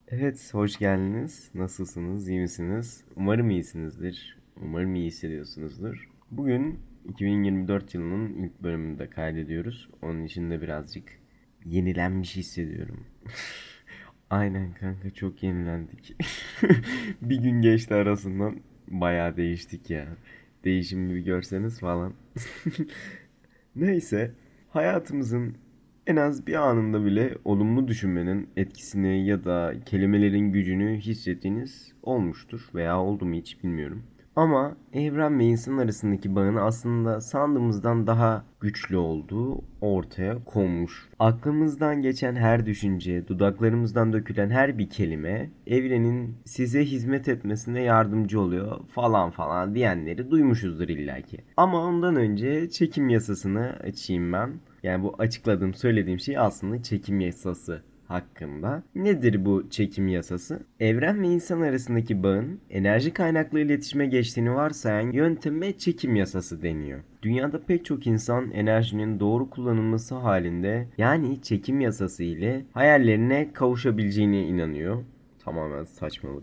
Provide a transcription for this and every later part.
Evet, hoş geldiniz. Nasılsınız, iyi misiniz? Umarım iyisinizdir. Umarım iyi hissediyorsunuzdur. Bugün 2024 yılının ilk bölümünü de kaydediyoruz. Onun için de birazcık yenilenmiş hissediyorum. Aynen kanka, çok yenilendik. Bir gün geçti arasından, bayağı değiştik ya. Değişimi bir görseniz falan. Neyse, hayatımızın en az bir anında bile olumlu düşünmenin etkisini ya da kelimelerin gücünü hissettiğiniz olmuştur veya oldu mu hiç bilmiyorum. Ama evren ve insan arasındaki bağın aslında sandığımızdan daha güçlü olduğu ortaya konmuş. Aklımızdan geçen her düşünce, dudaklarımızdan dökülen her bir kelime evrenin size hizmet etmesine yardımcı oluyor falan falan diyenleri duymuşuzdur illaki. Ama ondan önce çekim yasasını açayım ben. Yani bu açıkladığım, söylediğim şey aslında çekim yasası hakkında. Nedir bu çekim yasası? Evren ve insan arasındaki bağın enerji kaynaklı iletişime geçtiğini varsayan yönteme çekim yasası deniyor. Dünyada pek çok insan enerjinin doğru kullanılması halinde, yani çekim yasası ile hayallerine kavuşabileceğine inanıyor. Tamamen saçmalık.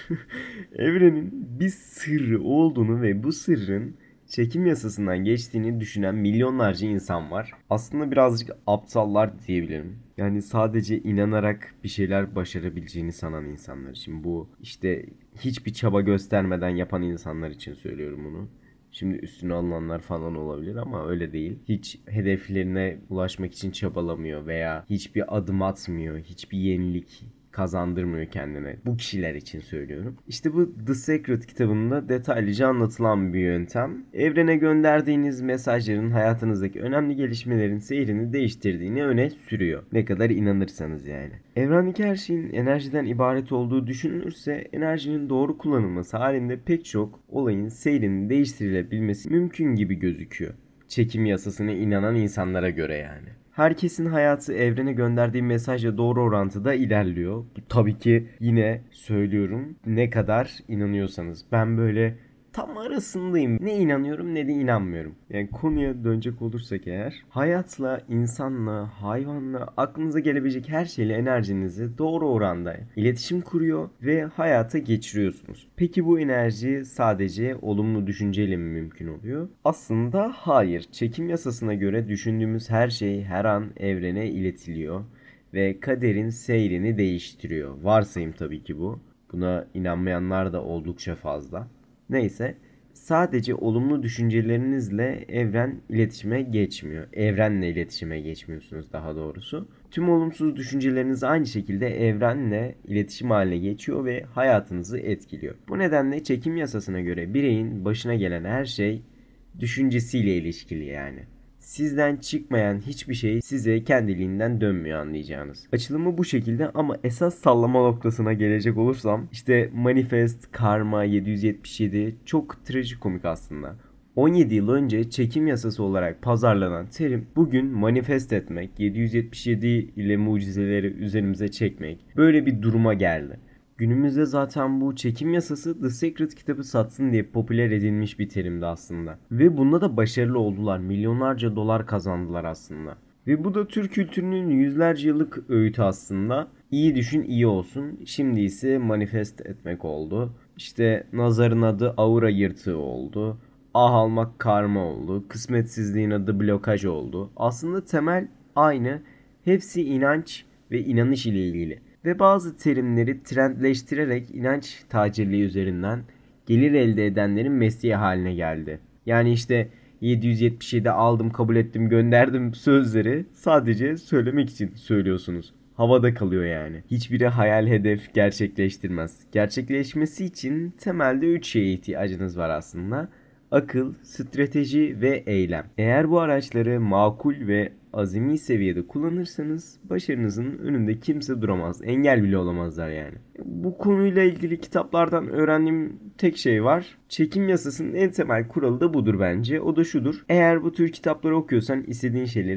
Evrenin bir sırrı olduğunu ve bu sırrın çekim yasasından geçtiğini düşünen milyonlarca insan var. Aslında birazcık aptallar diyebilirim. Yani sadece inanarak bir şeyler başarabileceğini sanan insanlar için. Bu işte hiçbir çaba göstermeden yapan insanlar için söylüyorum bunu. Şimdi üstüne alınanlar falan olabilir ama öyle değil. Hiç hedeflerine ulaşmak için çabalamıyor veya hiçbir adım atmıyor, hiçbir yenilik kazandırmıyor kendine. Bu kişiler için söylüyorum. İşte bu The Secret kitabında detaylıca anlatılan bir yöntem. Evrene gönderdiğiniz mesajların hayatınızdaki önemli gelişmelerin seyrini değiştirdiğini öne sürüyor. Ne kadar inanırsanız yani. Evrendeki her şeyin enerjiden ibaret olduğu düşünülürse enerjinin doğru kullanılması halinde pek çok olayın seyrinin değiştirilebilmesi mümkün gibi gözüküyor. Çekim yasasına inanan insanlara göre yani. Herkesin hayatı evrene gönderdiği mesajla doğru orantıda ilerliyor. Bu tabii ki yine söylüyorum, ne kadar inanıyorsanız. Ben böyle tam arasındayım. Ne inanıyorum ne de inanmıyorum. Yani konuya dönecek olursak eğer, hayatla, insanla, hayvanla, aklınıza gelebilecek her şeyle enerjinizi doğru oranda iletişim kuruyor ve hayata geçiriyorsunuz. Peki bu enerji sadece olumlu düşünceyle mi mümkün oluyor? Aslında hayır. Çekim yasasına göre düşündüğümüz her şey her an evrene iletiliyor ve kaderin seyrini değiştiriyor. Varsayım tabii ki bu. Buna inanmayanlar da oldukça fazla. Neyse, sadece olumlu düşüncelerinizle evren iletişime geçmiyor. Evrenle iletişime geçmiyorsunuz daha doğrusu. Tüm olumsuz düşünceleriniz aynı şekilde evrenle iletişim haline geçiyor ve hayatınızı etkiliyor. Bu nedenle çekim yasasına göre bireyin başına gelen her şey düşüncesiyle ilişkili yani. Sizden çıkmayan hiçbir şey size kendiliğinden dönmüyor, anlayacağınız. Açılımı bu şekilde ama esas sallama noktasına gelecek olursam, işte Manifest, Karma, 777 çok trajikomik aslında. 17 yıl önce çekim yasası olarak pazarlanan terim bugün manifest etmek, 777 ile mucizeleri üzerimize çekmek, böyle bir duruma geldi. Günümüzde zaten bu çekim yasası The Secret kitabı satsın diye popüler edilmiş bir terimdi aslında. Ve bunda da başarılı oldular. Milyonlarca dolar kazandılar aslında. Ve bu da Türk kültürünün yüzlerce yıllık öğütü aslında. İyi düşün iyi olsun. Şimdi ise manifest etmek oldu. İşte nazarın adı aura yırtığı oldu. Ah almak karma oldu. Kısmetsizliğin adı blokaj oldu. Aslında temel aynı. Hepsi inanç ve inanış ile ilgili. Ve bazı terimleri trendleştirerek inanç tacirliği üzerinden gelir elde edenlerin mesleği haline geldi. Yani işte 777 aldım, kabul ettim, gönderdim sözleri sadece söylemek için söylüyorsunuz. Havada kalıyor yani. Hiçbiri hayal hedef gerçekleştirmez. Gerçekleşmesi için temelde 3 şeye ihtiyacınız var aslında: akıl, strateji ve eylem. Eğer bu araçları makul ve azami seviyede kullanırsanız başarınızın önünde kimse duramaz. Engel bile olamazlar yani. Bu konuyla ilgili kitaplardan öğrendiğim tek şey var. Çekim yasasının en temel kuralı da budur bence. O da şudur: eğer bu tür kitapları okuyorsan istediğin şeyleri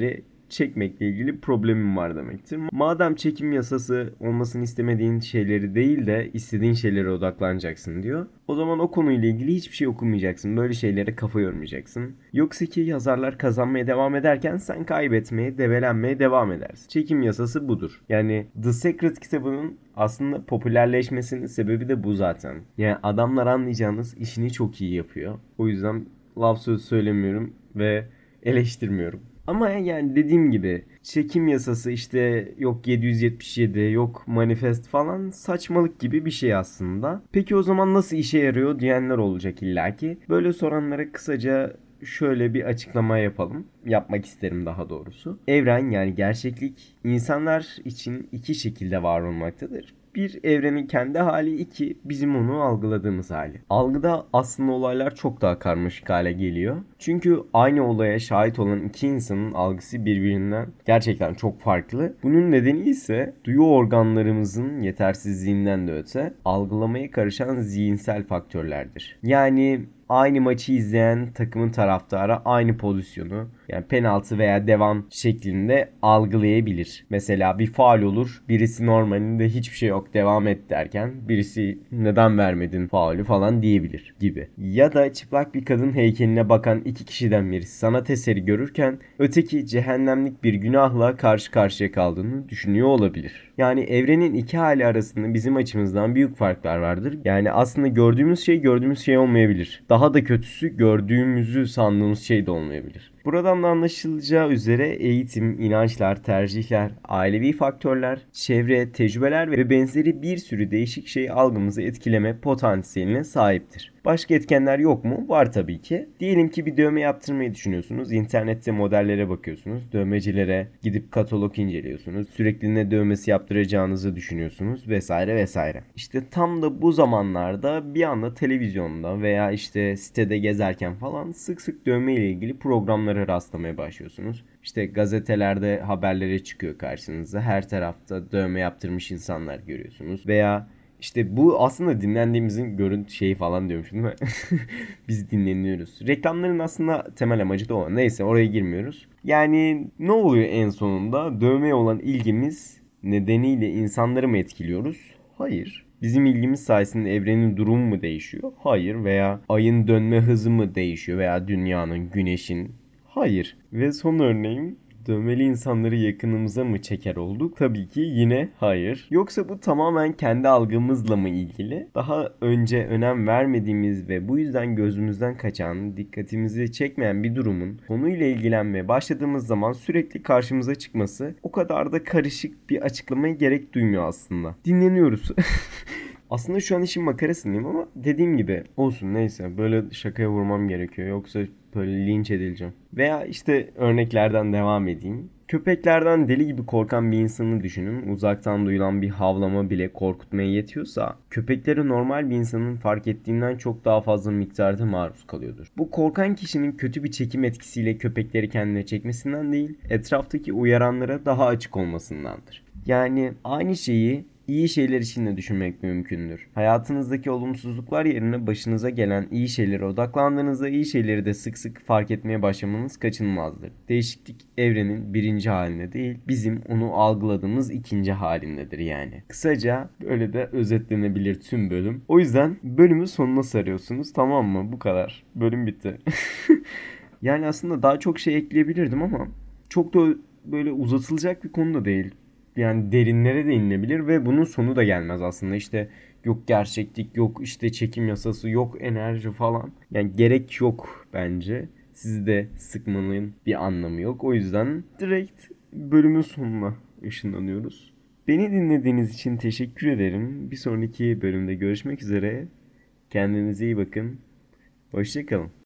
çekmekle ilgili problemim var demektir. Madem çekim yasası olmasını istemediğin şeyleri değil de istediğin şeylere odaklanacaksın diyor. O zaman o konuyla ilgili hiçbir şey okumayacaksın. Böyle şeylere kafa yormayacaksın. Yoksa ki yazarlar kazanmaya devam ederken sen kaybetmeye, develenmeye devam edersin. Çekim yasası budur. Yani The Secret kitabının aslında popülerleşmesinin sebebi de bu zaten. Yani adamlar anlayacağınız işini çok iyi yapıyor. O yüzden laf söz söylemiyorum ve eleştirmiyorum. Ama yani dediğim gibi çekim yasası işte yok 777 yok manifest falan saçmalık gibi bir şey aslında. Peki o zaman nasıl işe yarıyor diyenler olacak illaki. Böyle soranlara kısaca şöyle bir açıklama yapalım. Yapmak isterim daha doğrusu. Evren yani gerçeklik insanlar için iki şekilde var olmaktadır. Bir, evrenin kendi hali, iki, bizim onu algıladığımız hali. Algıda aslında olaylar çok daha karmaşık hale geliyor. Çünkü aynı olaya şahit olan iki insanın algısı birbirinden gerçekten çok farklı. Bunun nedeni ise duyu organlarımızın yetersizliğinden de öte algılamaya karışan zihinsel faktörlerdir. Yani aynı maçı izleyen takımın taraftarı aynı pozisyonu yani penaltı veya devam şeklinde algılayabilir. Mesela bir faul olur. Birisi normalinde hiçbir şey yok devam et derken birisi neden vermedin faulü falan diyebilir gibi. Ya da çıplak bir kadın heykeline bakan iki kişiden birisi sanat eseri görürken öteki cehennemlik bir günahla karşı karşıya kaldığını düşünüyor olabilir. Yani evrenin iki hali arasında bizim açımızdan büyük farklar vardır. Yani aslında gördüğümüz şey olmayabilir. Daha da kötüsü gördüğümüzü sandığımız şey de olmayabilir. Buradan da anlaşılacağı üzere eğitim, inançlar, tercihler, ailevi faktörler, çevre, tecrübeler ve benzeri bir sürü değişik şey algımızı etkileme potansiyeline sahiptir. Başka etkenler yok mu? Var tabii ki. Diyelim ki bir dövme yaptırmayı düşünüyorsunuz. İnternette modellere bakıyorsunuz. Dövmecilere gidip katalog inceliyorsunuz. Sürekli ne dövmesi yaptıracağınızı düşünüyorsunuz vesaire vesaire. İşte tam da bu zamanlarda bir anda televizyonda veya işte sitede gezerken falan sık sık dövme ile ilgili programlara rastlamaya başlıyorsunuz. İşte gazetelerde haberlere çıkıyor karşınıza. Her tarafta dövme yaptırmış insanlar görüyorsunuz. Veya işte bu aslında dinlendiğimizin görüntü şeyi falan diyormuşum değil mi? Biz dinleniyoruz. Reklamların aslında temel amacı da o. Neyse oraya girmiyoruz. Yani ne oluyor en sonunda? Dövmeye olan ilgimiz nedeniyle insanları mı etkiliyoruz? Hayır. Bizim ilgimiz sayesinde evrenin durumu mu değişiyor? Hayır. Veya ayın dönme hızı mı değişiyor? Veya dünyanın, güneşin? Hayır. Ve son örneğim dövmeli insanları yakınımıza mı çeker olduk? Tabii ki yine hayır. Yoksa bu tamamen kendi algımızla mı ilgili? Daha önce önem vermediğimiz ve bu yüzden gözümüzden kaçan, dikkatimizi çekmeyen bir durumun konuyla ilgilenmeye başladığımız zaman sürekli karşımıza çıkması o kadar da karışık bir açıklamaya gerek duymuyor aslında. Dinleniyoruz. Aslında şu an işin makarasındayım ama dediğim gibi olsun neyse böyle şakaya vurmam gerekiyor yoksa böyle linç edileceğim. Veya işte örneklerden devam edeyim. Köpeklerden deli gibi korkan bir insanı düşünün. Uzaktan duyulan bir havlama bile korkutmaya yetiyorsa köpekleri normal bir insanın fark ettiğinden çok daha fazla miktarda maruz kalıyordur. Bu korkan kişinin kötü bir çekim etkisiyle köpekleri kendine çekmesinden değil, etraftaki uyaranlara daha açık olmasındandır. Yani aynı şeyi İyi şeyler için de düşünmek mümkündür. Hayatınızdaki olumsuzluklar yerine başınıza gelen iyi şeylere odaklandığınızda iyi şeyleri de sık sık fark etmeye başlamanız kaçınılmazdır. Değişiklik evrenin birinci haline değil, bizim onu algıladığımız ikinci halindedir yani. Kısaca böyle de özetlenebilir tüm bölüm. O yüzden bölümü sonuna sarıyorsunuz, tamam mı? Bu kadar. Bölüm bitti. Yani aslında daha çok şey ekleyebilirdim ama çok da böyle uzatılacak bir konu da değil. Yani derinlere de inilebilir ve bunun sonu da gelmez aslında. İşte yok gerçeklik, yok işte çekim yasası, yok enerji falan. Yani gerek yok bence. Sizi de sıkmanın bir anlamı yok. O yüzden direkt bölümün sonuna ışınlanıyoruz. Beni dinlediğiniz için teşekkür ederim. Bir sonraki bölümde görüşmek üzere. Kendinize iyi bakın. Hoşça kalın.